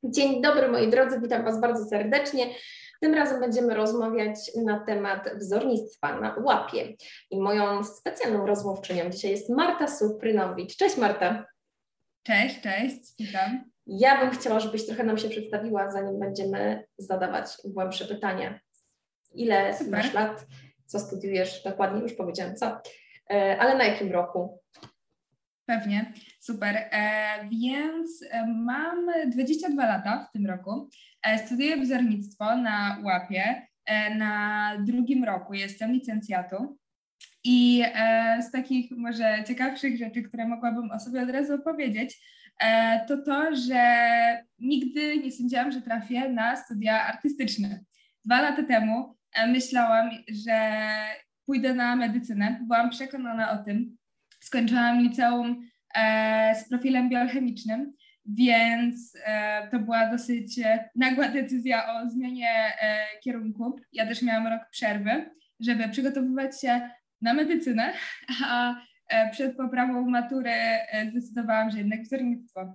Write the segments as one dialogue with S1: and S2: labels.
S1: Dzień dobry moi drodzy, witam Was bardzo serdecznie. Tym razem będziemy rozmawiać na temat wzornictwa na łapie. I moją specjalną rozmówczynią dzisiaj jest Marta Sufrynowicz. Cześć Marta.
S2: Cześć, witam.
S1: Ja bym chciała, żebyś trochę nam się przedstawiła, zanim będziemy zadawać głębsze pytania. Ile masz lat? Co studiujesz? Dokładnie już powiedziałam co. Ale na jakim roku?
S2: Pewnie, super. Więc mam 22 lata w tym roku. Studiuję wzornictwo na łapie. Na drugim roku jestem licencjatą. I z takich może ciekawszych rzeczy, które mogłabym o sobie od razu opowiedzieć, to, że nigdy nie sądziłam, że trafię na studia artystyczne. 2 lata temu myślałam, że pójdę na medycynę. Byłam przekonana o tym. Skończyłam liceum z profilem biochemicznym, więc to była dosyć nagła decyzja o zmianie kierunku. Ja też miałam rok przerwy, żeby przygotowywać się na medycynę, a przed poprawą matury zdecydowałam, że jednak wzornictwo.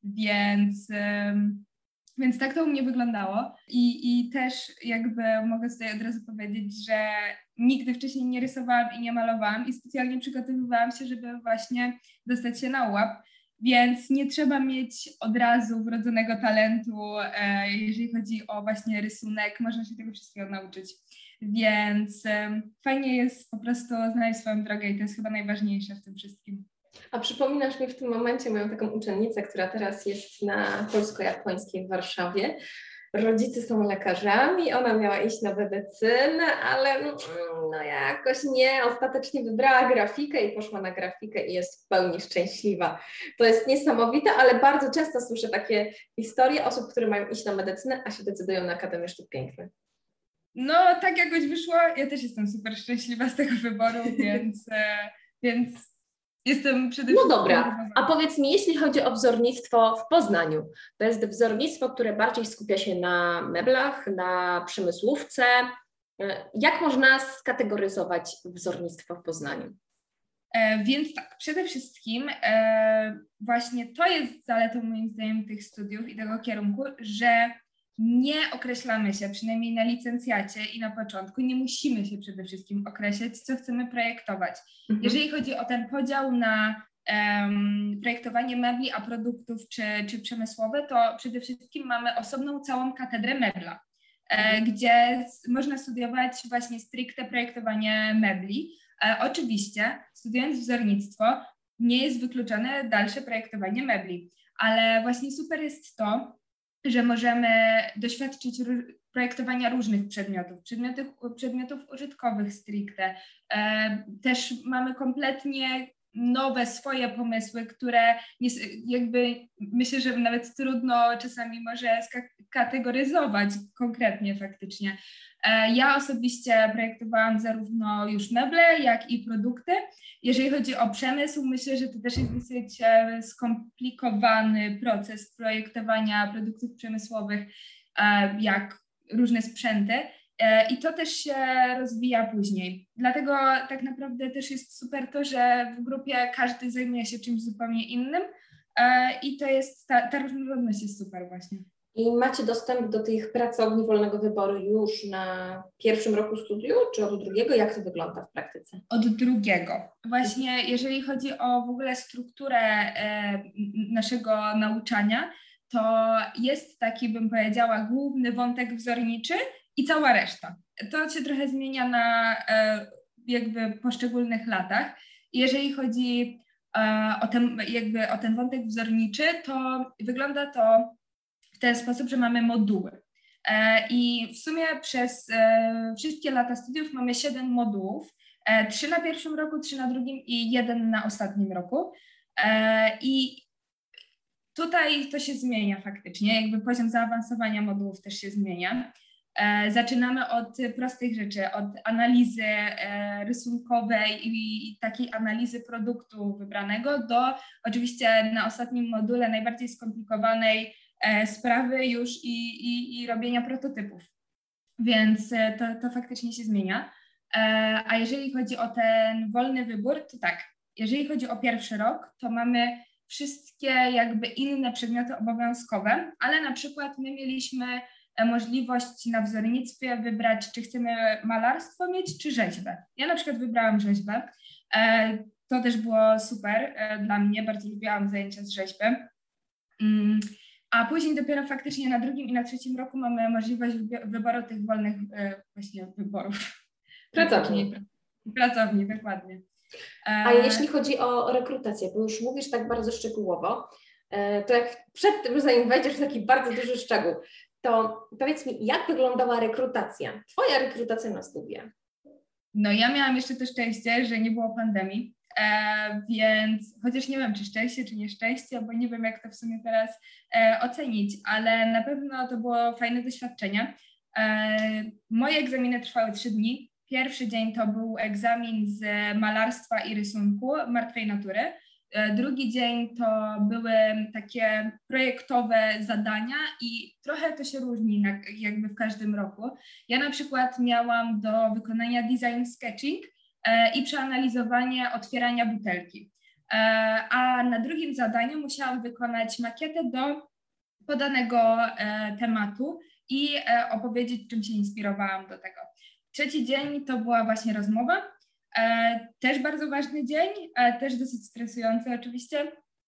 S2: Więc tak to u mnie wyglądało i też jakby mogę tutaj od razu powiedzieć, że nigdy wcześniej nie rysowałam i nie malowałam i specjalnie przygotowywałam się, żeby właśnie dostać się na łap, więc nie trzeba mieć od razu wrodzonego talentu, jeżeli chodzi o właśnie rysunek, można się tego wszystkiego nauczyć, więc fajnie jest po prostu znaleźć swoją drogę i to jest chyba najważniejsze w tym wszystkim.
S1: A przypominasz mi w tym momencie moją taką uczennicę, która teraz jest na polsko-japońskiej w Warszawie. Rodzice są lekarzami, ona miała iść na medycynę, ale no jakoś nie, ostatecznie wybrała grafikę i poszła na grafikę i jest w pełni szczęśliwa. To jest niesamowite, ale bardzo często słyszę takie historie osób, które mają iść na medycynę, a się decydują na Akademię Sztuk Pięknych.
S2: No tak jakoś wyszło, ja też jestem super szczęśliwa z tego wyboru, więc jestem przede wszystkim...
S1: No dobra, a powiedz mi, jeśli chodzi o wzornictwo w Poznaniu, to jest wzornictwo, które bardziej skupia się na meblach, na przemysłówce. Jak można skategoryzować wzornictwo w Poznaniu?
S2: Więc tak, przede wszystkim właśnie to jest zaletą moim zdaniem tych studiów i tego kierunku, że nie określamy się, przynajmniej na licencjacie i na początku, nie musimy się przede wszystkim określać, co chcemy projektować. Jeżeli chodzi o ten podział na projektowanie mebli, a produktów czy przemysłowe, to przede wszystkim mamy osobną całą katedrę mebla, gdzie można studiować właśnie stricte projektowanie mebli. Oczywiście, studiując wzornictwo, nie jest wykluczone dalsze projektowanie mebli, ale właśnie super jest to, że możemy doświadczyć projektowania różnych przedmiotów użytkowych stricte. Też mamy kompletnie nowe swoje pomysły, które jakby myślę, że nawet trudno czasami może skategoryzować konkretnie faktycznie. Ja osobiście projektowałam zarówno już meble, jak i produkty. Jeżeli chodzi o przemysł, myślę, że to też jest dosyć skomplikowany proces projektowania produktów przemysłowych, jak różne sprzęty. I to też się rozwija później. Dlatego tak naprawdę też jest super to, że w grupie każdy zajmuje się czymś zupełnie innym i to jest, ta różnorodność jest super właśnie.
S1: I macie dostęp do tych pracowni wolnego wyboru już na pierwszym roku studiów, czy od drugiego? Jak to wygląda w praktyce?
S2: Od drugiego. Właśnie jeżeli chodzi o w ogóle strukturę naszego nauczania, to jest taki, bym powiedziała, główny wątek wzorniczy i cała reszta. To się trochę zmienia na jakby poszczególnych latach. Jeżeli chodzi o ten wątek wzorniczy, to wygląda to w ten sposób, że mamy moduły. I w sumie przez wszystkie lata studiów mamy 7 modułów, 3 na pierwszym roku, 3 na drugim i 1 na ostatnim roku. I tutaj to się zmienia faktycznie, jakby poziom zaawansowania modułów też się zmienia. Zaczynamy od prostych rzeczy, od analizy rysunkowej i takiej analizy produktu wybranego do oczywiście na ostatnim module najbardziej skomplikowanej sprawy już i robienia prototypów. Więc to faktycznie się zmienia. A jeżeli chodzi o ten wolny wybór, to tak, jeżeli chodzi o pierwszy rok, to mamy wszystkie jakby inne przedmioty obowiązkowe, ale na przykład my mieliśmy możliwość na wzornictwie wybrać, czy chcemy malarstwo mieć, czy rzeźbę. Ja na przykład wybrałam rzeźbę. To też było super dla mnie, bardzo lubiłam zajęcia z rzeźby. A później dopiero faktycznie na drugim i na trzecim roku mamy możliwość wyboru tych wolnych właśnie wyborów. Pracowni, dokładnie.
S1: A jeśli chodzi o rekrutację, bo już mówisz tak bardzo szczegółowo, to jak przed tym, zanim wejdziesz w taki bardzo duży szczegół, to powiedz mi, jak wyglądała rekrutacja? Twoja rekrutacja na studia?
S2: No ja miałam jeszcze to szczęście, że nie było pandemii, więc chociaż nie wiem, czy szczęście, czy nieszczęście, bo nie wiem, jak to w sumie teraz ocenić, ale na pewno to było fajne doświadczenie. Moje egzaminy trwały 3 dni. Pierwszy dzień to był egzamin z malarstwa i rysunku martwej natury. Drugi dzień to były takie projektowe zadania i trochę to się różni jakby w każdym roku. Ja na przykład miałam do wykonania design sketching i przeanalizowanie otwierania butelki. A na drugim zadaniu musiałam wykonać makietę do podanego tematu i opowiedzieć, czym się inspirowałam do tego. Trzeci dzień to była właśnie rozmowa. Też bardzo ważny dzień, też dosyć stresujący oczywiście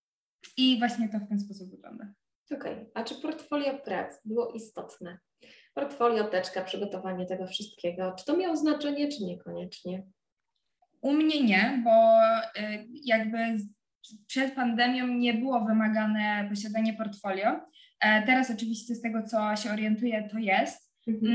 S2: i właśnie to w ten sposób wygląda.
S1: Okej. A czy portfolio prac było istotne? Portfolio, teczka, przygotowanie tego wszystkiego, czy to miało znaczenie, czy niekoniecznie?
S2: U mnie nie, bo jakby przed pandemią nie było wymagane posiadanie portfolio. Teraz oczywiście z tego, co się orientuję, to jest.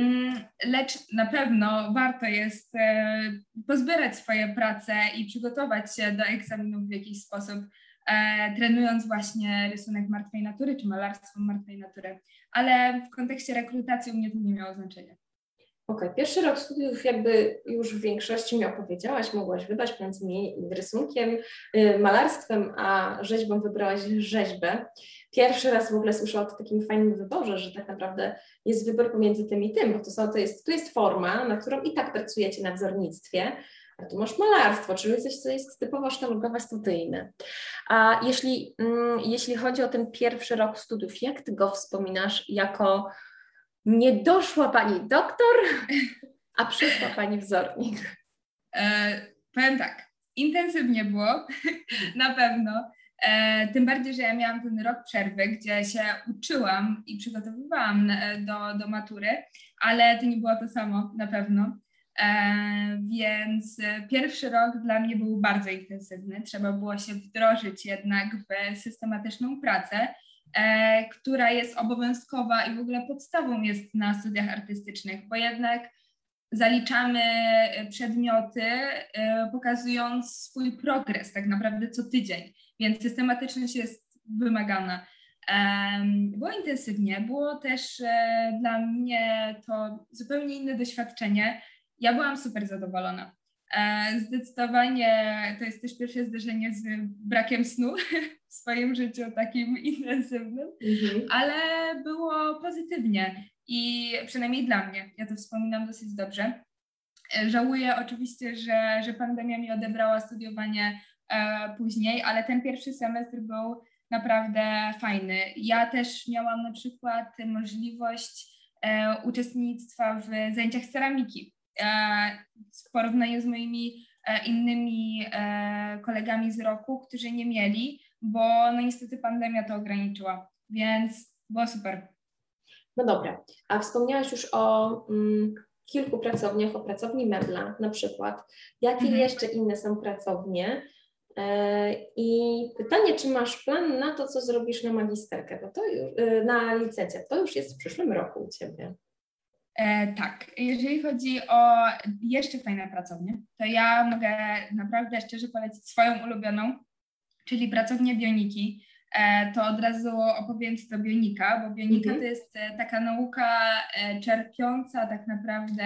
S2: Lecz na pewno warto jest pozbierać swoje prace i przygotować się do egzaminów w jakiś sposób, trenując właśnie rysunek martwej natury czy malarstwo martwej natury. Ale w kontekście rekrutacji u mnie to nie miało znaczenia.
S1: Okej. Pierwszy rok studiów jakby już w większości mi opowiedziałaś, mogłaś wybrać między rysunkiem, malarstwem, a rzeźbą wybrałaś rzeźbę. Pierwszy raz w ogóle słyszę o takim fajnym wyborze, że tak naprawdę jest wybór pomiędzy tym i tym, bo tu jest forma, na którą i tak pracujecie na wzornictwie, a tu masz malarstwo, czyli coś, co jest typowo sztalugowe, studyjne. A jeśli chodzi o ten pierwszy rok studiów, jak ty go wspominasz jako nie doszła pani doktor, a przyszła pani wzornik?
S2: Powiem tak, intensywnie było, na pewno. Tym bardziej, że ja miałam ten rok przerwy, gdzie się uczyłam i przygotowywałam do matury, ale to nie było to samo na pewno. Więc pierwszy rok dla mnie był bardzo intensywny. Trzeba było się wdrożyć jednak w systematyczną pracę, która jest obowiązkowa i w ogóle podstawą jest na studiach artystycznych, bo jednak zaliczamy przedmioty, pokazując swój progres tak naprawdę co tydzień, więc systematyczność jest wymagana. Było intensywnie, było też dla mnie to zupełnie inne doświadczenie. Ja byłam super zadowolona. Zdecydowanie to jest też pierwsze zderzenie z brakiem snu w swoim życiu takim intensywnym, ale było pozytywnie i przynajmniej dla mnie, ja to wspominam dosyć dobrze. Żałuję oczywiście, że pandemia mi odebrała studiowanie później, ale ten pierwszy semestr był naprawdę fajny. Ja też miałam na przykład możliwość uczestnictwa w zajęciach z ceramiki. W porównaniu z moimi innymi kolegami z roku, którzy nie mieli, bo no niestety pandemia to ograniczyła, więc było super.
S1: No dobra, a wspomniałaś już o kilku pracowniach, o pracowni Mebla na przykład. Jakie jeszcze inne są pracownie? I pytanie, czy masz plan na to, co zrobisz na magisterkę, bo to już, na licencjat, to już jest w przyszłym roku u Ciebie.
S2: Tak, jeżeli chodzi o jeszcze fajne pracownie, to ja mogę naprawdę szczerze polecić swoją ulubioną, czyli pracownię bioniki. To od razu opowiem co to bionika, bo bionika to jest taka nauka czerpiąca tak naprawdę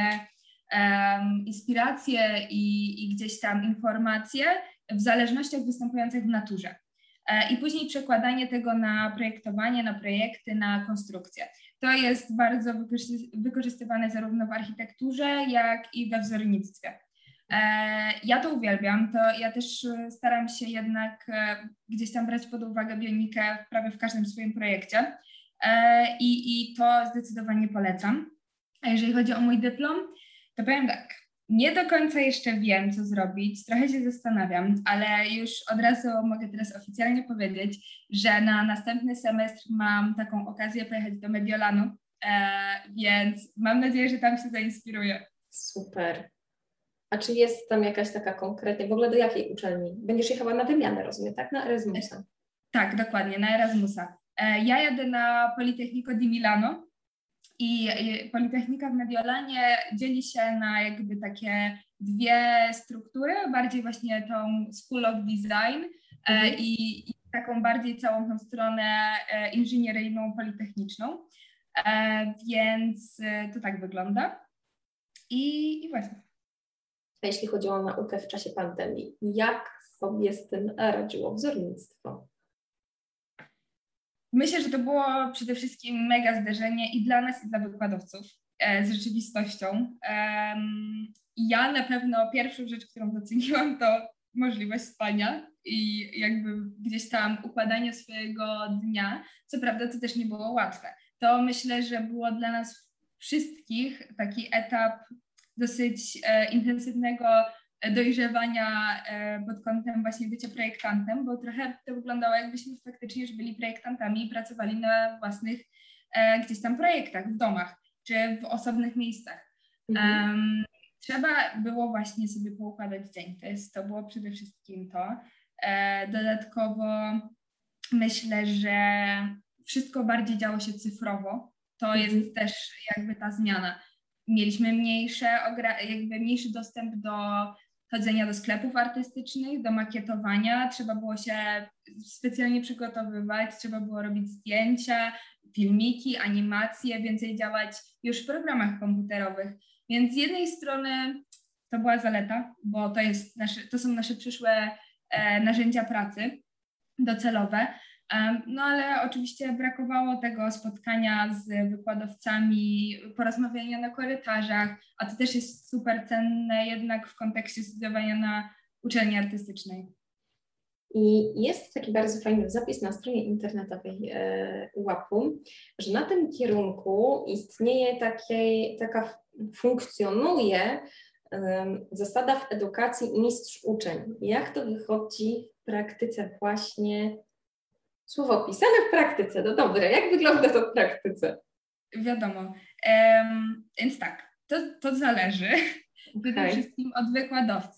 S2: inspiracje i gdzieś tam informacje w zależnościach występujących w naturze. I później przekładanie tego na projektowanie, na projekty, na konstrukcje. To jest bardzo wykorzystywane zarówno w architekturze, jak i we wzornictwie. Ja to uwielbiam, to ja też staram się jednak gdzieś tam brać pod uwagę bionikę prawie w każdym swoim projekcie i to zdecydowanie polecam. A jeżeli chodzi o mój dyplom, to powiem tak, nie do końca jeszcze wiem, co zrobić, trochę się zastanawiam, ale już od razu mogę teraz oficjalnie powiedzieć, że na następny semestr mam taką okazję pojechać do Mediolanu, więc mam nadzieję, że tam się zainspiruję.
S1: Super. A czy jest tam jakaś taka konkretnie, w ogóle do jakiej uczelni? Będziesz jechała na wymianę, rozumiem, tak? Na Erasmusa.
S2: Tak, dokładnie, na Erasmusa. Ja jadę na Politecnico di Milano i Politechnika w Mediolanie dzieli się na jakby takie dwie struktury, bardziej właśnie tą School of Design i taką bardziej całą tą stronę inżynieryjną, politechniczną, więc to tak wygląda i właśnie.
S1: A jeśli chodzi o naukę w czasie pandemii, jak sobie z tym radziło wzornictwo?
S2: Myślę, że to było przede wszystkim mega zderzenie i dla nas, i dla wykładowców z rzeczywistością. Ja na pewno pierwszą rzecz, którą doceniłam, to możliwość spania i jakby gdzieś tam układanie swojego dnia. Co prawda to też nie było łatwe. To myślę, że było dla nas wszystkich taki etap dosyć intensywnego dojrzewania pod kątem właśnie bycia projektantem, bo trochę to wyglądało, jakbyśmy faktycznie już byli projektantami i pracowali na własnych gdzieś tam projektach w domach czy w osobnych miejscach. Trzeba było właśnie sobie poukładać dzień. To było przede wszystkim to. Dodatkowo myślę, że wszystko bardziej działo się cyfrowo. To jest też jakby ta zmiana. Mieliśmy mniejszy dostęp do chodzenia do sklepów artystycznych, do makietowania. Trzeba było się specjalnie przygotowywać, trzeba było robić zdjęcia, filmiki, animacje, więcej działać już w programach komputerowych. Więc z jednej strony to była zaleta, bo to są nasze przyszłe narzędzia pracy docelowe. No ale oczywiście brakowało tego spotkania z wykładowcami, porozmawiania na korytarzach, a to też jest super cenne jednak w kontekście studiowania na uczelni artystycznej.
S1: I jest taki bardzo fajny zapis na stronie internetowej UAP-u, że na tym kierunku funkcjonuje zasada w edukacji mistrz-uczeń. Jak to wychodzi w praktyce właśnie? Słowo pisane w praktyce, no dobre. Jak wygląda to w praktyce?
S2: Wiadomo. Więc tak, to zależy przede wszystkim od wykładowcy.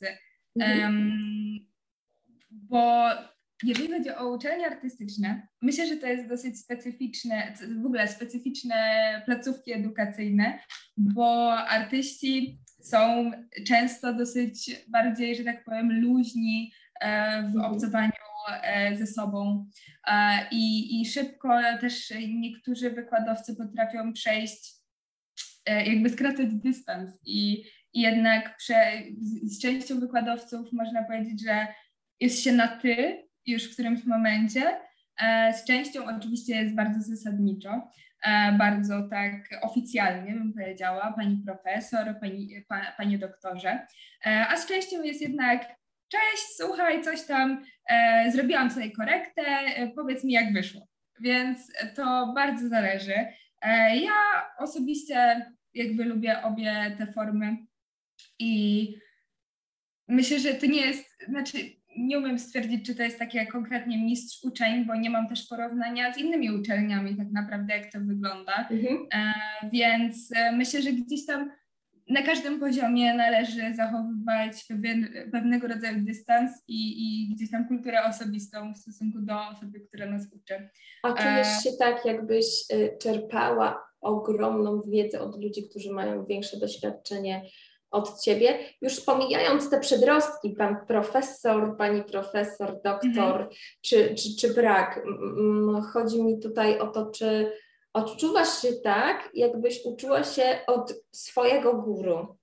S2: Bo jeżeli chodzi o uczelnie artystyczne, myślę, że to jest dosyć specyficzne, w ogóle specyficzne placówki edukacyjne, bo artyści są często dosyć bardziej, że tak powiem, luźni w obcowaniu ze sobą i szybko też niektórzy wykładowcy potrafią przejść, jakby skracać dystans i jednak z częścią wykładowców można powiedzieć, że jest się na ty już w którymś momencie. Z częścią oczywiście jest bardzo zasadniczo, bardzo tak oficjalnie bym powiedziała, pani profesor, panie doktorze, a z częścią jest jednak cześć, słuchaj, coś tam, zrobiłam sobie korektę, powiedz mi jak wyszło. Więc to bardzo zależy. Ja osobiście jakby lubię obie te formy i myślę, że to nie jest, nie umiem stwierdzić, czy to jest takie konkretnie mistrz uczeń, bo nie mam też porównania z innymi uczelniami tak naprawdę, jak to wygląda. Więc myślę, że gdzieś tam na każdym poziomie należy zachowywać pewnego rodzaju dystans i gdzieś tam kulturę osobistą w stosunku do osoby, która nas uczy.
S1: A czujesz się tak, jakbyś czerpała ogromną wiedzę od ludzi, którzy mają większe doświadczenie od ciebie, już pomijając te przedrostki, pan profesor, pani profesor, doktor, czy brak. Chodzi mi tutaj o to, czy odczuwasz się tak, jakbyś uczyła się od swojego guru?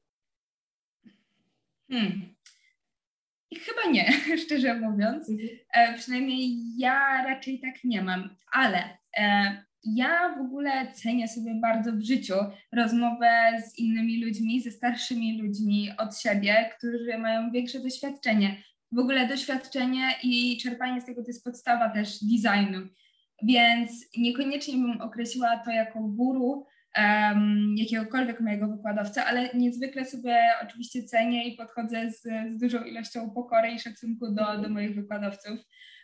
S2: Chyba nie, szczerze mówiąc. Przynajmniej ja raczej tak nie mam, ale ja w ogóle cenię sobie bardzo w życiu rozmowę z innymi ludźmi, ze starszymi ludźmi od siebie, którzy mają większe doświadczenie. W ogóle doświadczenie i czerpanie z tego to jest podstawa też designu. Więc niekoniecznie bym określiła to jako guru jakiegokolwiek mojego wykładowcę, ale niezwykle sobie oczywiście cenię i podchodzę z dużą ilością pokory i szacunku do moich wykładowców,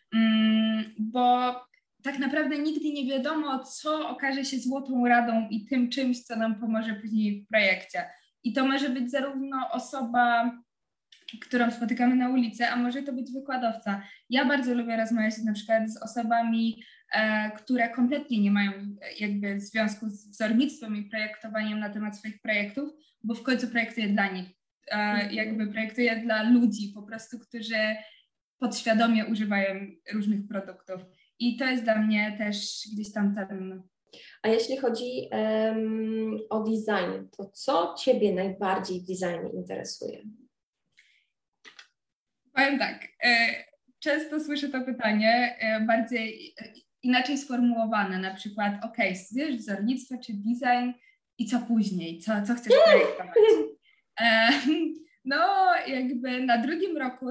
S2: bo tak naprawdę nigdy nie wiadomo, co okaże się złotą radą i tym czymś, co nam pomoże później w projekcie. I to może być zarówno osoba, którą spotykamy na ulicy, a może to być wykładowca. Ja bardzo lubię rozmawiać na przykład z osobami, które kompletnie nie mają jakby związku z wzornictwem i projektowaniem na temat swoich projektów, bo w końcu projektuję dla nich. Jakby projektuję dla ludzi po prostu, którzy podświadomie używają różnych produktów. I to jest dla mnie też gdzieś tam ten...
S1: A jeśli chodzi o design, to co Ciebie najbardziej w designie interesuje?
S2: Powiem tak, często słyszę to pytanie bardziej inaczej sformułowane, na przykład studiujesz wzornictwo czy design i co później, co chcesz projektować? No jakby na drugim roku,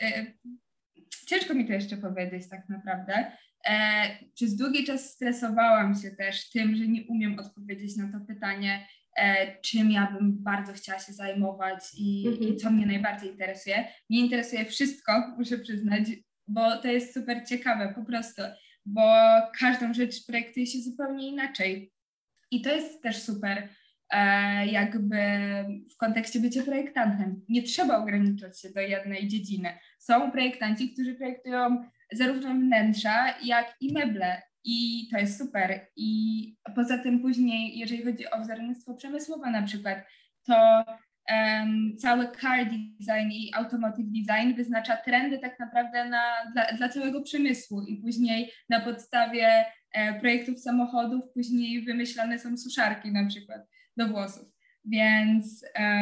S2: ciężko mi to jeszcze powiedzieć tak naprawdę, przez długi czas stresowałam się też tym, że nie umiem odpowiedzieć na to pytanie, czym ja bym bardzo chciała się zajmować i co mnie najbardziej interesuje. Mnie interesuje wszystko, muszę przyznać, bo to jest super ciekawe po prostu, bo każdą rzecz projektuje się zupełnie inaczej. I to jest też super jakby w kontekście bycia projektantem. Nie trzeba ograniczać się do jednej dziedziny. Są projektanci, którzy projektują zarówno wnętrza, jak i meble. I to jest super. I poza tym później, jeżeli chodzi o wzornictwo przemysłowe na przykład, to cały car design i automotive design wyznacza trendy tak naprawdę dla całego przemysłu i później na podstawie projektów samochodów później wymyślane są suszarki na przykład do włosów. Więc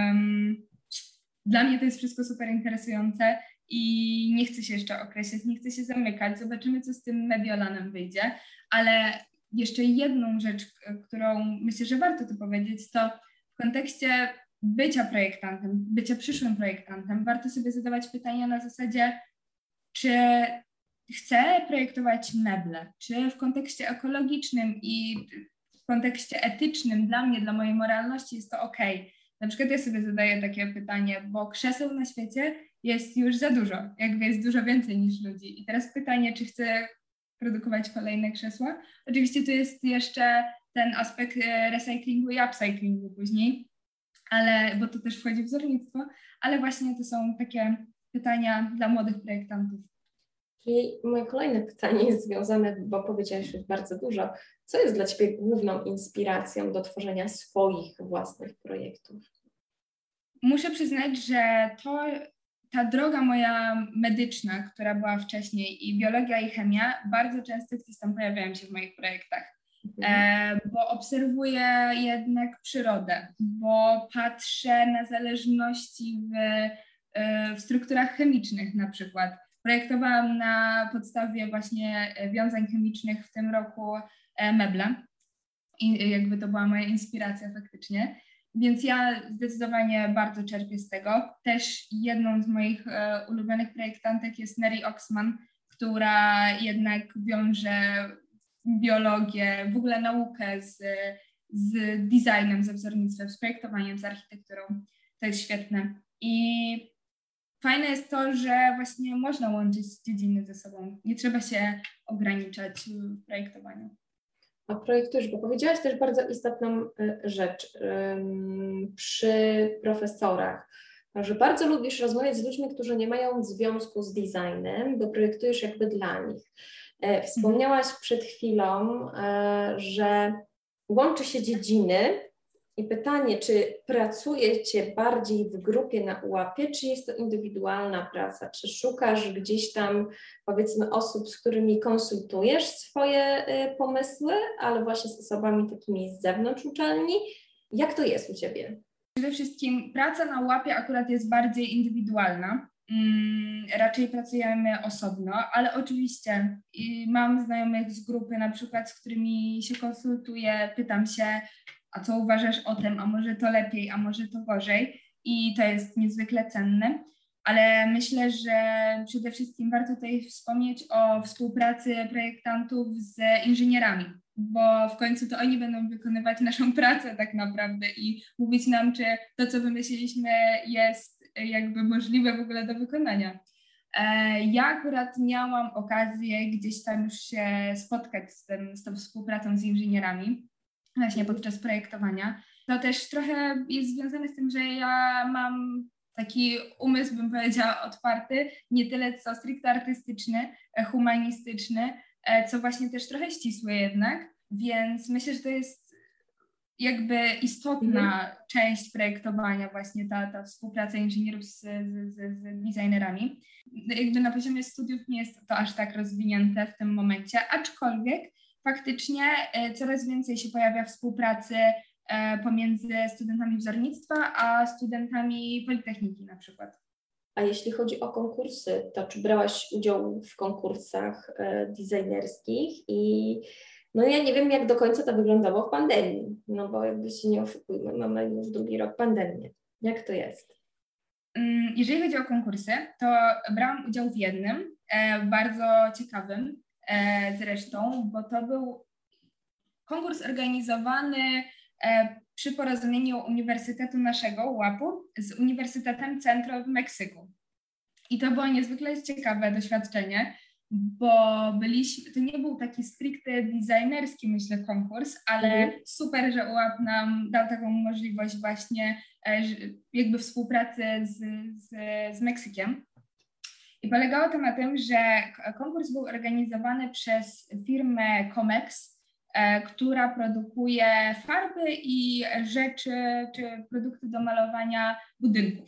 S2: dla mnie to jest wszystko super interesujące i nie chcę się jeszcze określać, nie chcę się zamykać. Zobaczymy, co z tym Mediolanem wyjdzie. Ale jeszcze jedną rzecz, którą myślę, że warto tu powiedzieć, to w kontekście bycia projektantem, bycia przyszłym projektantem, warto sobie zadawać pytania na zasadzie, czy chcę projektować meble, czy w kontekście ekologicznym i w kontekście etycznym dla mnie, dla mojej moralności jest to ok. Na przykład ja sobie zadaję takie pytanie, bo krzeseł na świecie jest już za dużo, jakby jest dużo więcej niż ludzi. I teraz pytanie, czy chcę produkować kolejne krzesła? Oczywiście tu jest jeszcze ten aspekt recyklingu i upcyclingu później, bo to też wchodzi w wzornictwo, ale właśnie to są takie pytania dla młodych projektantów.
S1: Czyli moje kolejne pytanie jest związane, bo powiedziałaś już bardzo dużo. Co jest dla Ciebie główną inspiracją do tworzenia swoich własnych projektów?
S2: Muszę przyznać, że ta droga moja medyczna, która była wcześniej i biologia i chemia, bardzo często gdzieś tam pojawiają się w moich projektach, bo obserwuję jednak przyrodę, bo patrzę na zależności w strukturach chemicznych na przykład. Projektowałam na podstawie właśnie wiązań chemicznych w tym roku meble i jakby to była moja inspiracja faktycznie. Więc ja zdecydowanie bardzo czerpię z tego. Też jedną z moich ulubionych projektantek jest Mary Oxman, która jednak wiąże biologię, w ogóle naukę z designem, ze wzornictwem, z projektowaniem, z architekturą. To jest świetne. I fajne jest to, że właśnie można łączyć dziedziny ze sobą. Nie trzeba się ograniczać w projektowaniu.
S1: A projektujesz, bo powiedziałaś też bardzo istotną rzecz przy profesorach, że bardzo lubisz rozmawiać z ludźmi, którzy nie mają związku z designem, bo projektujesz jakby dla nich. Wspomniałaś przed chwilą, że łączy się dziedziny i pytanie, czy pracujecie bardziej w grupie na UAP-ie, czy jest to indywidualna praca? Czy szukasz gdzieś tam, powiedzmy, osób, z którymi konsultujesz swoje pomysły, ale właśnie z osobami takimi z zewnątrz uczelni? Jak to jest u Ciebie?
S2: Przede wszystkim praca na UAP-ie akurat jest bardziej indywidualna, raczej pracujemy osobno, ale oczywiście mam znajomych z grupy na przykład, z którymi się konsultuję, pytam się, a co uważasz o tym, a może to lepiej, a może to gorzej i to jest niezwykle cenne. Ale myślę, że przede wszystkim warto tutaj wspomnieć o współpracy projektantów z inżynierami, bo w końcu to oni będą wykonywać naszą pracę tak naprawdę i mówić nam, czy to, co wymyśliliśmy, jest jakby możliwe w ogóle do wykonania. Ja akurat miałam okazję gdzieś tam już się spotkać z tą współpracą z inżynierami właśnie podczas projektowania. To też trochę jest związane z tym, że ja mam taki umysł, bym powiedziała, otwarty, nie tyle co stricte artystyczny, humanistyczny, co właśnie też trochę ścisły jednak, więc myślę, że to jest jakby istotna część projektowania, właśnie ta współpraca inżynierów z designerami. Jakby na poziomie studiów nie jest to aż tak rozwinięte w tym momencie, aczkolwiek faktycznie coraz więcej się pojawia współpracy pomiędzy studentami wzornictwa a studentami Politechniki na przykład.
S1: A jeśli chodzi o konkursy, to czy brałaś udział w konkursach designerskich? I no ja nie wiem, jak do końca to wyglądało w pandemii, no bo jakby się nie oszukujmy, mamy już drugi rok pandemię. Jak to jest?
S2: Jeżeli chodzi o konkursy, to brałam udział w jednym, bardzo ciekawym zresztą, bo to był konkurs organizowany przy porozumieniu Uniwersytetu naszego, UAP-u, z Uniwersytetem Centro w Meksyku. I to było niezwykle ciekawe doświadczenie, bo to nie był taki stricte designerski, myślę, konkurs, ale super, że UAP nam dał taką możliwość właśnie jakby współpracy z Meksykiem. I polegało to na tym, że konkurs był organizowany przez firmę Comex, która produkuje farby i rzeczy, czy produkty do malowania budynków.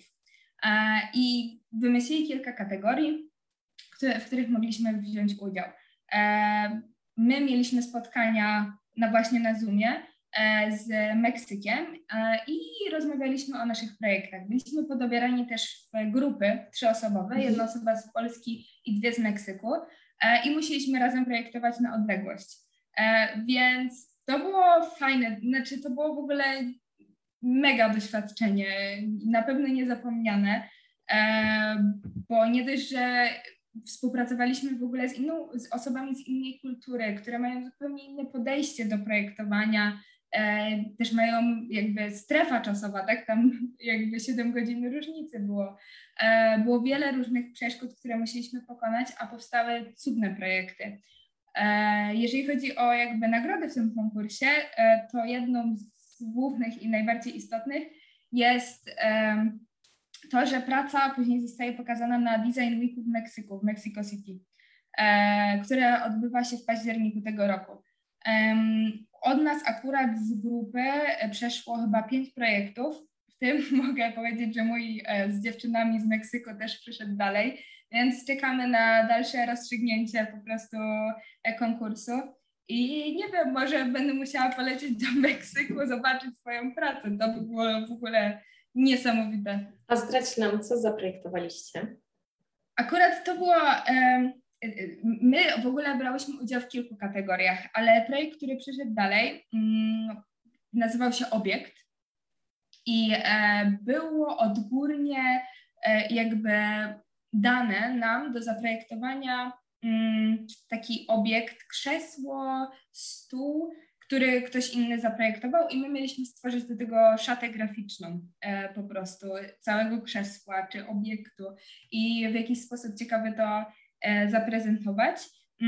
S2: I wymyślili kilka kategorii, w których mogliśmy wziąć udział. My mieliśmy spotkania właśnie na Zoomie z Meksykiem i rozmawialiśmy o naszych projektach. Byliśmy podobierani też w grupy 3-osobowe, 1 osoba z Polski i 2 z Meksyku i musieliśmy razem projektować na odległość. Więc to było fajne, znaczy to było w ogóle mega doświadczenie, na pewno niezapomniane, bo nie dość, że współpracowaliśmy w ogóle z osobami z innej kultury, które mają zupełnie inne podejście do projektowania, też mają jakby strefa czasowa, tak, tam jakby 7 godzin różnicy było. Było wiele różnych przeszkód, które musieliśmy pokonać, a powstały cudne projekty. Jeżeli chodzi o jakby nagrody w tym konkursie, to jedną z głównych i najbardziej istotnych jest to, że praca później zostaje pokazana na Design Weeku w Meksyku, w Mexico City, które odbywa się w październiku tego roku. Od nas akurat z grupy przeszło chyba 5 projektów, w tym mogę powiedzieć, że mój z dziewczynami z Meksyku też przyszedł dalej, więc czekamy na dalsze rozstrzygnięcie po prostu konkursu. I nie wiem, może będę musiała polecieć do Meksyku, zobaczyć swoją pracę. To by było w ogóle niesamowite.
S1: A zdradź nam, co zaprojektowaliście?
S2: Akurat to było... My w ogóle brałyśmy udział w kilku kategoriach, ale projekt, który przyszedł dalej, nazywał się Obiekt i było odgórnie jakby dane nam do zaprojektowania taki obiekt, krzesło, stół, który ktoś inny zaprojektował i my mieliśmy stworzyć do tego szatę graficzną po prostu całego krzesła czy obiektu i w jakiś sposób ciekawy to zaprezentować.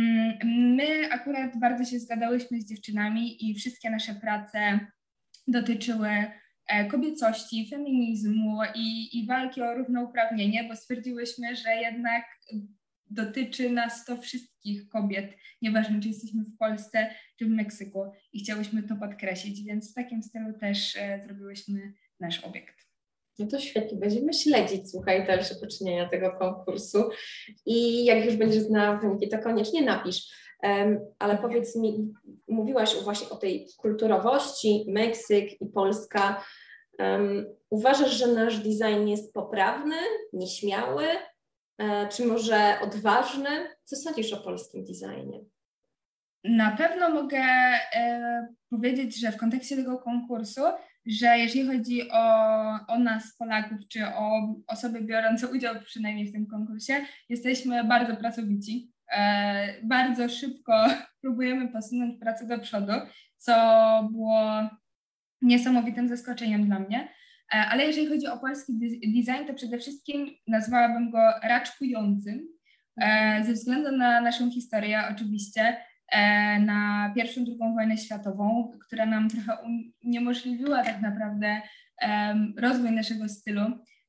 S2: My akurat bardzo się zgadałyśmy z dziewczynami i wszystkie nasze prace dotyczyły kobiecości, feminizmu i walki o równouprawnienie, bo stwierdziłyśmy, że jednak dotyczy nas to wszystkich kobiet, nieważne czy jesteśmy w Polsce czy w Meksyku i chciałyśmy to podkreślić, więc w takim stylu też zrobiłyśmy nasz obiekt.
S1: No to świetnie, będziemy śledzić, słuchaj, dalsze poczynienia tego konkursu i jak już będziesz znała wyniki, to koniecznie napisz. Ale powiedz mi, mówiłaś właśnie o tej kulturowości, Meksyk i Polska. Uważasz, że nasz design jest poprawny, nieśmiały? czy może odważny? Co sądzisz o polskim designie?
S2: Na pewno mogę powiedzieć, że w kontekście tego konkursu, że jeżeli chodzi o nas, Polaków, czy o osoby biorące udział przynajmniej w tym konkursie, jesteśmy bardzo pracowici. Bardzo szybko próbujemy posunąć pracę do przodu, co było niesamowitym zaskoczeniem dla mnie. Ale jeżeli chodzi o polski design, to przede wszystkim nazwałabym go raczkującym, ze względu na naszą historię oczywiście, na I, II wojnę światową, która nam trochę uniemożliwiła tak naprawdę rozwój naszego stylu.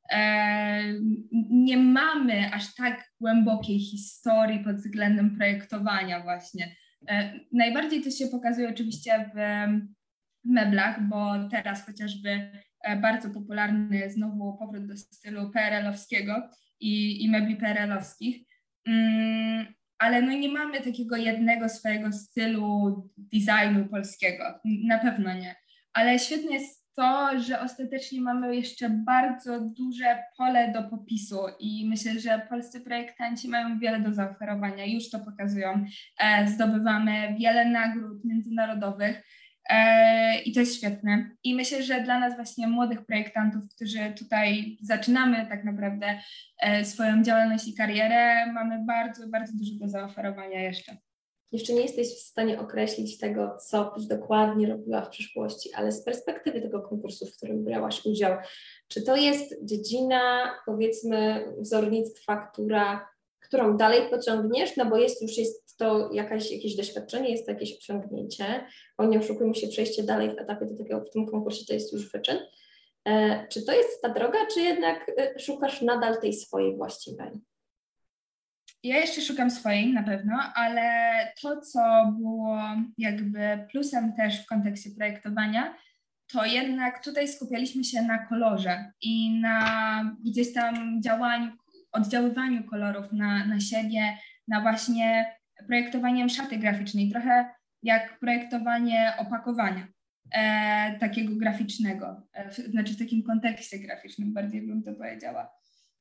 S2: Nie mamy aż tak głębokiej historii pod względem projektowania właśnie. Najbardziej to się pokazuje oczywiście w meblach, bo teraz chociażby bardzo popularny jest znowu powrót do stylu PRL-owskiego i mebli PRL-owskich. Ale no nie mamy takiego jednego swojego stylu designu polskiego, na pewno nie. Ale świetne jest to, że ostatecznie mamy jeszcze bardzo duże pole do popisu i myślę, że polscy projektanci mają wiele do zaoferowania, już to pokazują. Zdobywamy wiele nagród międzynarodowych i to jest świetne. I myślę, że dla nas właśnie młodych projektantów, którzy tutaj zaczynamy tak naprawdę swoją działalność i karierę, mamy bardzo, bardzo dużo do zaoferowania jeszcze.
S1: Jeszcze nie jesteś w stanie określić tego, co byś dokładnie robiła w przyszłości, ale z perspektywy tego konkursu, w którym brałaś udział, czy to jest dziedzina, powiedzmy, wzornictwa, którą dalej pociągniesz, no bo jest to jakieś doświadczenie, jest to jakieś osiągnięcie, bo nie oszukujmy się, przejście dalej w etapie do takiego, w tym konkursie to jest już wyczyn. Czy to jest ta droga, czy jednak szukasz nadal tej swojej właściwej?
S2: Ja jeszcze szukam swojej na pewno, ale to, co było jakby plusem też w kontekście projektowania, to jednak tutaj skupialiśmy się na kolorze i na gdzieś tam oddziaływaniu kolorów na siebie, na właśnie projektowaniem szaty graficznej, trochę jak projektowanie opakowania takiego graficznego, znaczy w takim kontekście graficznym bardziej bym to powiedziała.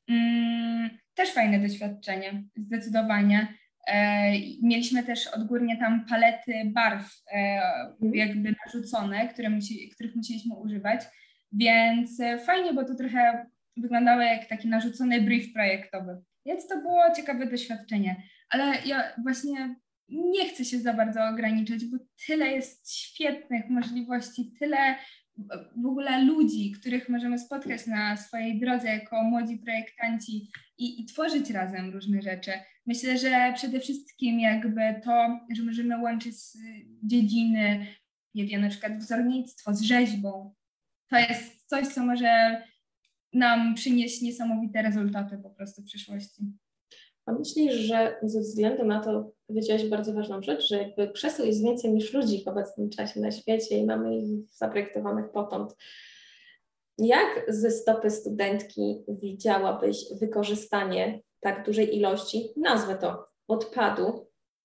S2: Też fajne doświadczenie, zdecydowanie. Mieliśmy też odgórnie tam palety barw jakby narzucone, których musieliśmy używać, więc fajnie, bo to trochę wyglądało jak taki narzucony brief projektowy, więc to było ciekawe doświadczenie, ale ja właśnie nie chcę się za bardzo ograniczać, bo tyle jest świetnych możliwości, tyle w ogóle ludzi, których możemy spotkać na swojej drodze jako młodzi projektanci i tworzyć razem różne rzeczy. Myślę, że przede wszystkim jakby to, że możemy łączyć dziedziny, nie wiem, na przykład wzornictwo z rzeźbą, to jest coś, co może nam przynieść niesamowite rezultaty po prostu w przyszłości.
S1: A myślisz, że ze względu na to powiedziałaś bardzo ważną rzecz, że jakby krzeseł jest więcej niż ludzi w obecnym czasie na świecie i mamy ich zaprojektowanych potąd. Jak ze stopy studentki widziałabyś wykorzystanie tak dużej ilości, nazwę to, odpadu?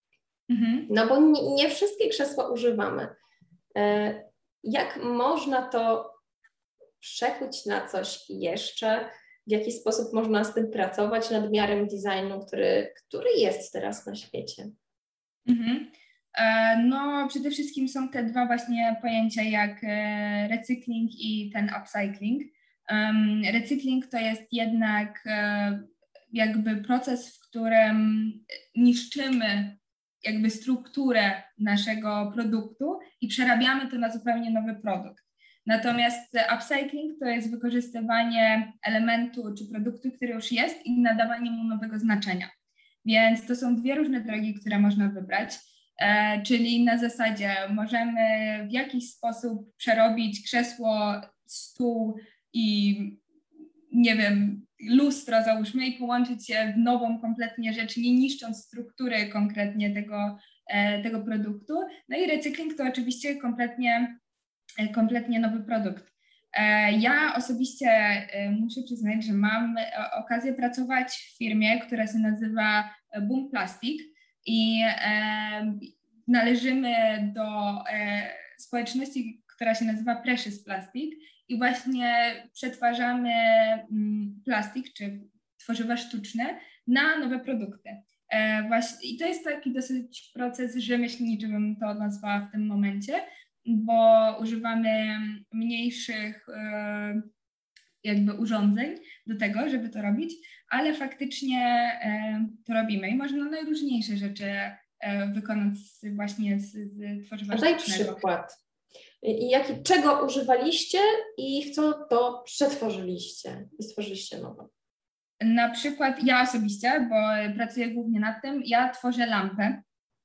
S1: No bo nie wszystkie krzesła używamy. Jak można to przekuć na coś jeszcze? W jaki sposób można z tym pracować nadmiarem designu, który jest teraz na świecie?
S2: No przede wszystkim są te dwa właśnie pojęcia jak recykling i ten upcycling. Recykling to jest jednak jakby proces, w którym niszczymy jakby strukturę naszego produktu i przerabiamy to na zupełnie nowy produkt. Natomiast upcycling to jest wykorzystywanie elementu czy produktu, który już jest i nadawanie mu nowego znaczenia. Więc to są dwie różne drogi, które można wybrać. Czyli na zasadzie możemy w jakiś sposób przerobić krzesło, stół i nie wiem, lustro załóżmy i połączyć je w nową kompletnie rzecz, nie niszcząc struktury konkretnie tego produktu. No i recykling to oczywiście kompletnie nowy produkt. Ja osobiście muszę przyznać, że mam okazję pracować w firmie, która się nazywa Boom Plastic i należymy do społeczności, która się nazywa Precious Plastic i właśnie przetwarzamy plastik czy tworzywa sztuczne na nowe produkty. Właśnie, i to jest taki dosyć proces rzemieślniczy, bym to nazwała w tym momencie, bo używamy mniejszych jakby urządzeń do tego, żeby to robić, ale faktycznie to robimy i można najróżniejsze rzeczy wykonać właśnie z tworzywa
S1: A daj
S2: sztucznego.
S1: przykład. Czego używaliście i w co to przetworzyliście i stworzyliście nowe?
S2: Na przykład ja osobiście, bo pracuję głównie nad tym, ja tworzę lampę,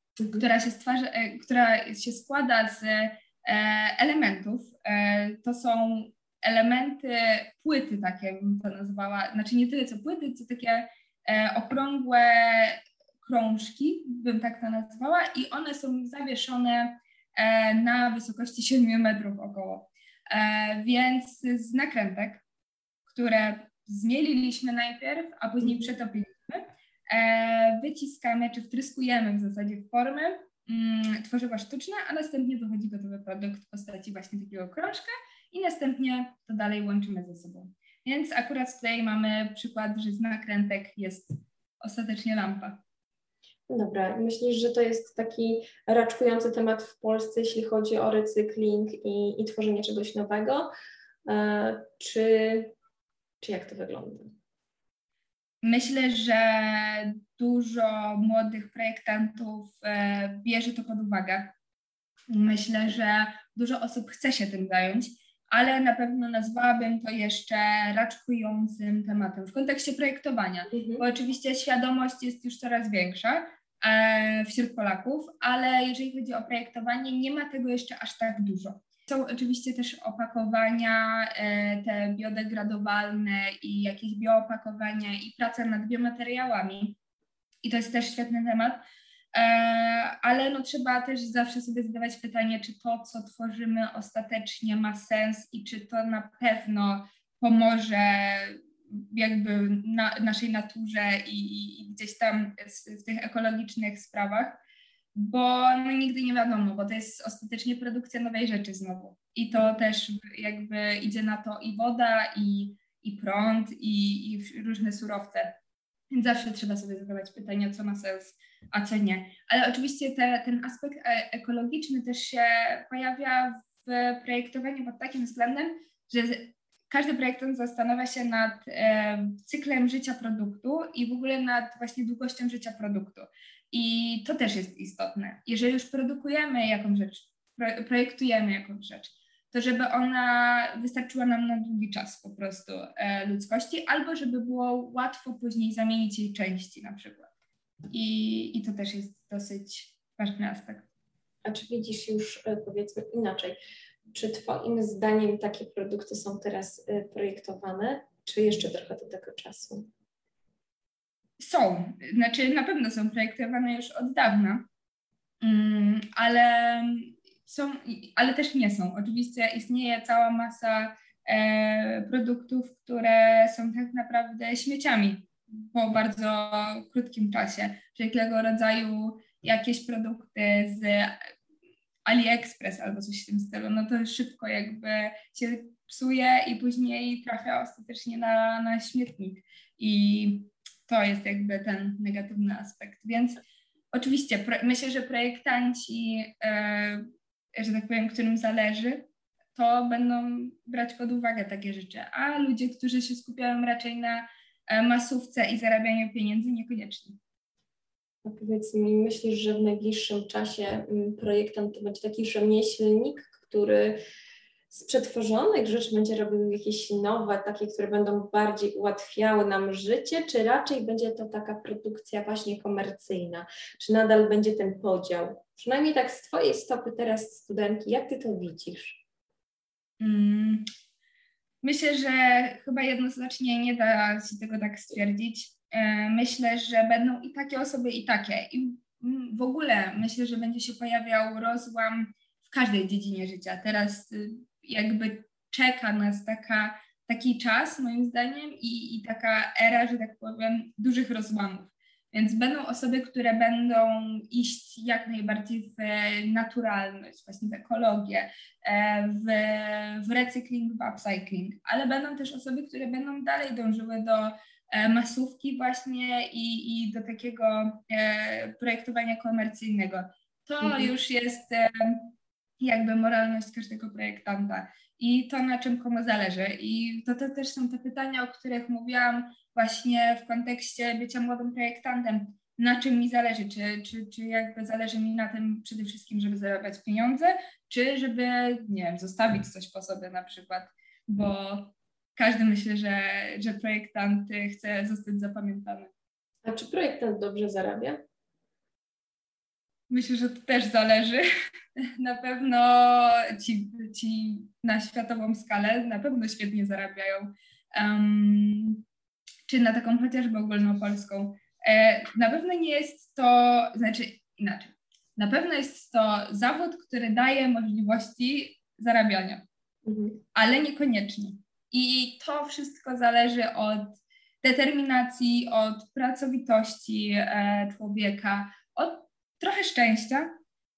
S2: która się składa z elementów. To są elementy płyty, takie bym to nazwała, znaczy nie tyle co płyty, co takie okrągłe krążki, bym tak to nazwała, i one są zawieszone na wysokości 7 metrów około. Więc z nakrętek, które zmieliliśmy najpierw, a później przetopiliśmy, wyciskamy czy wtryskujemy w zasadzie w formy tworzywa sztuczne, a następnie dochodzi gotowy produkt w postaci właśnie takiego krążka i następnie to dalej łączymy ze sobą. Więc akurat tutaj mamy przykład, że z nakrętek jest ostatecznie lampa.
S1: Dobra, myślisz, że to jest taki raczkujący temat w Polsce, jeśli chodzi o recykling i tworzenie czegoś nowego? Czy jak to wygląda?
S2: Myślę, że dużo młodych projektantów bierze to pod uwagę. Myślę, że dużo osób chce się tym zająć, ale na pewno nazwałabym to jeszcze raczkującym tematem w kontekście projektowania, bo oczywiście świadomość jest już coraz większa wśród Polaków, ale jeżeli chodzi o projektowanie, nie ma tego jeszcze aż tak dużo. Są oczywiście też opakowania, te biodegradowalne i jakieś bioopakowania i praca nad biomateriałami. I to jest też świetny temat, ale no trzeba też zawsze sobie zadawać pytanie, czy to, co tworzymy, ostatecznie ma sens i czy to na pewno pomoże jakby naszej naturze i gdzieś tam w tych ekologicznych sprawach, bo no nigdy nie wiadomo, bo to jest ostatecznie produkcja nowej rzeczy znowu i to też jakby idzie na to i woda, i prąd, i różne surowce. Więc zawsze trzeba sobie zadawać pytania, co ma sens, a co nie. Ale oczywiście ten aspekt ekologiczny też się pojawia w projektowaniu pod takim względem, że każdy projektant zastanawia się nad cyklem życia produktu i w ogóle nad właśnie długością życia produktu. I to też jest istotne. Jeżeli już produkujemy jakąś rzecz, projektujemy jakąś rzecz, to żeby ona wystarczyła nam na długi czas po prostu ludzkości, albo żeby było łatwo później zamienić jej części na przykład. I to też jest dosyć ważny aspekt.
S1: A czy widzisz już, powiedzmy inaczej, czy Twoim zdaniem takie produkty są teraz projektowane, czy jeszcze trochę do tego czasu?
S2: Są, znaczy na pewno są projektowane już od dawna, ale też nie są. Oczywiście istnieje cała masa produktów, które są tak naprawdę śmieciami po bardzo krótkim czasie. Wszelkiego rodzaju jakieś produkty z AliExpress albo coś w tym stylu, no to szybko jakby się psuje i później trafia ostatecznie na śmietnik. I to jest jakby ten negatywny aspekt. Więc oczywiście myślę, że projektanci, że tak powiem, którym zależy, to będą brać pod uwagę takie rzeczy, a ludzie, którzy się skupiają raczej na masówce i zarabianiu pieniędzy, niekoniecznie.
S1: A powiedz mi, myślisz, że w najbliższym czasie projektant to będzie taki rzemieślnik, który z przetworzonych rzeczy będzie robił jakieś nowe, takie, które będą bardziej ułatwiały nam życie, czy raczej będzie to taka produkcja właśnie komercyjna? Czy nadal będzie ten podział? Przynajmniej tak z Twojej stopy teraz studentki, jak Ty to widzisz?
S2: Myślę, że chyba jednoznacznie nie da się tego tak stwierdzić. Myślę, że będą i takie osoby, i takie. I w ogóle myślę, że będzie się pojawiał rozłam w każdej dziedzinie życia. Teraz jakby czeka nas taki czas, moim zdaniem, i taka era, że tak powiem, dużych rozłamów. Więc będą osoby, które będą iść jak najbardziej w naturalność, właśnie w ekologię, w recykling, w upcycling, ale będą też osoby, które będą dalej dążyły do masówki właśnie i do takiego projektowania komercyjnego. To już jest jakby moralność każdego projektanta i to, na czym komu zależy. I to też są te pytania, o których mówiłam właśnie w kontekście bycia młodym projektantem. Na czym mi zależy? Czy jakby zależy mi na tym przede wszystkim, żeby zarabiać pieniądze, czy żeby, nie wiem, zostawić coś po sobie na przykład, bo każdy myśli, że projektant chce zostać zapamiętany.
S1: A czy projektant dobrze zarabia?
S2: Myślę, że to też zależy. Na pewno ci na światową skalę na pewno świetnie zarabiają. Czy na taką chociażby ogólnopolską. Na pewno nie jest to, znaczy inaczej. Na pewno jest to zawód, który daje możliwości zarabiania, ale niekoniecznie. I to wszystko zależy od determinacji, od pracowitości człowieka, od trochę szczęścia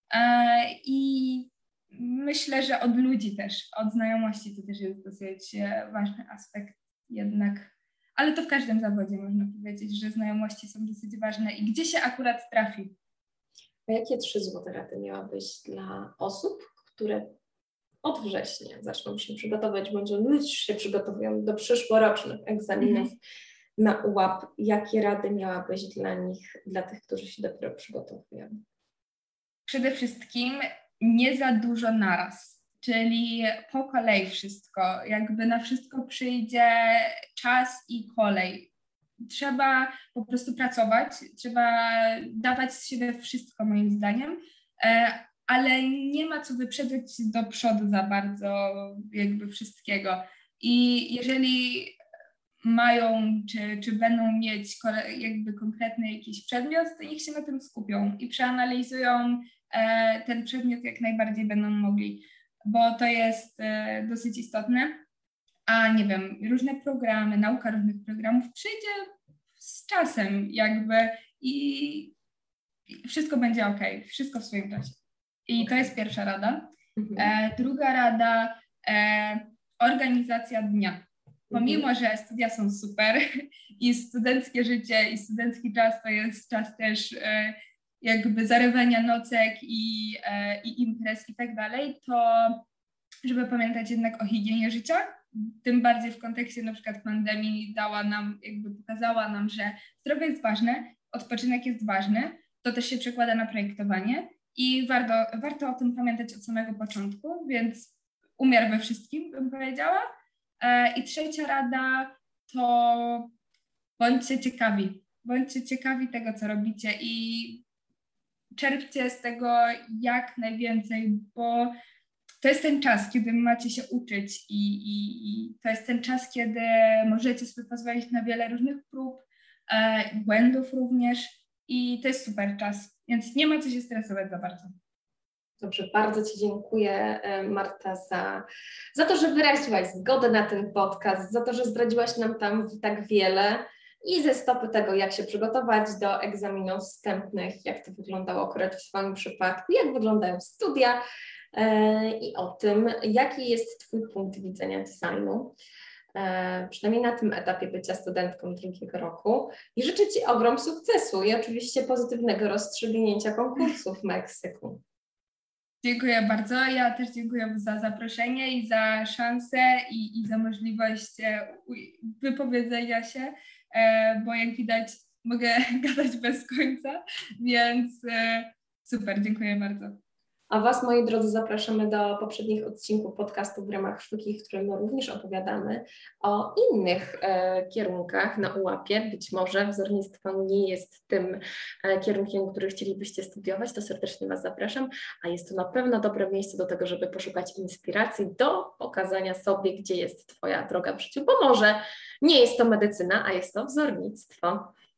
S2: i myślę, że od ludzi też, od znajomości to też jest dosyć ważny aspekt jednak, ale to w każdym zawodzie można powiedzieć, że znajomości są dosyć ważne i gdzie się akurat trafi.
S1: A jakie 3 złote rady miałabyś dla osób, które od września zaczną się przygotować, bądź już się przygotowują do przyszłorocznych egzaminów na UAP? Jakie rady miałabyś dla nich, dla tych, którzy się dopiero przygotowują?
S2: Przede wszystkim nie za dużo naraz, czyli po kolei wszystko. Jakby na wszystko przyjdzie czas i kolej. Trzeba po prostu pracować, trzeba dawać z siebie wszystko moim zdaniem, ale nie ma co wyprzedzać do przodu za bardzo jakby wszystkiego. I jeżeli mają, czy będą mieć jakby konkretny jakiś przedmiot, to niech się na tym skupią i przeanalizują ten przedmiot jak najbardziej będą mogli, bo to jest dosyć istotne. A nie wiem, różne programy, nauka różnych programów przyjdzie z czasem jakby i wszystko będzie ok, wszystko w swoim czasie. I to jest pierwsza rada. Druga rada, organizacja dnia. Pomimo, że studia są super i studenckie życie i studencki czas to jest czas też jakby zarywania nocek i imprez i tak dalej, to żeby pamiętać jednak o higienie życia, tym bardziej w kontekście na przykład pandemii pokazała nam, że zdrowie jest ważne, odpoczynek jest ważny, to też się przekłada na projektowanie i warto o tym pamiętać od samego początku, więc umiar we wszystkim, bym powiedziała. I trzecia rada to bądźcie ciekawi tego, co robicie i czerpcie z tego jak najwięcej, bo to jest ten czas, kiedy macie się uczyć i to jest ten czas, kiedy możecie sobie pozwolić na wiele różnych prób, błędów również i to jest super czas, więc nie ma co się stresować za bardzo.
S1: Dobrze, bardzo Ci dziękuję, Marta, za to, że wyraziłaś zgodę na ten podcast, za to, że zdradziłaś nam tam tak wiele i ze stopy tego, jak się przygotować do egzaminów wstępnych, jak to wyglądało akurat w swoim przypadku, jak wyglądają studia i o tym, jaki jest Twój punkt widzenia designu, przynajmniej na tym etapie bycia studentką drugiego roku. I życzę Ci ogrom sukcesu i oczywiście pozytywnego rozstrzygnięcia konkursów w Meksyku.
S2: Dziękuję bardzo. Ja też dziękuję za zaproszenie i za szansę i za możliwość wypowiedzenia się, bo jak widać mogę gadać bez końca, więc super, dziękuję bardzo.
S1: A Was, moi drodzy, zapraszamy do poprzednich odcinków podcastu w ramach Sztuki, w którym również opowiadamy o innych kierunkach na UAP-ie. Być może wzornictwo nie jest tym kierunkiem, który chcielibyście studiować, to serdecznie Was zapraszam, a jest to na pewno dobre miejsce do tego, żeby poszukać inspiracji do pokazania sobie, gdzie jest Twoja droga w życiu, bo może nie jest to medycyna, a jest to wzornictwo.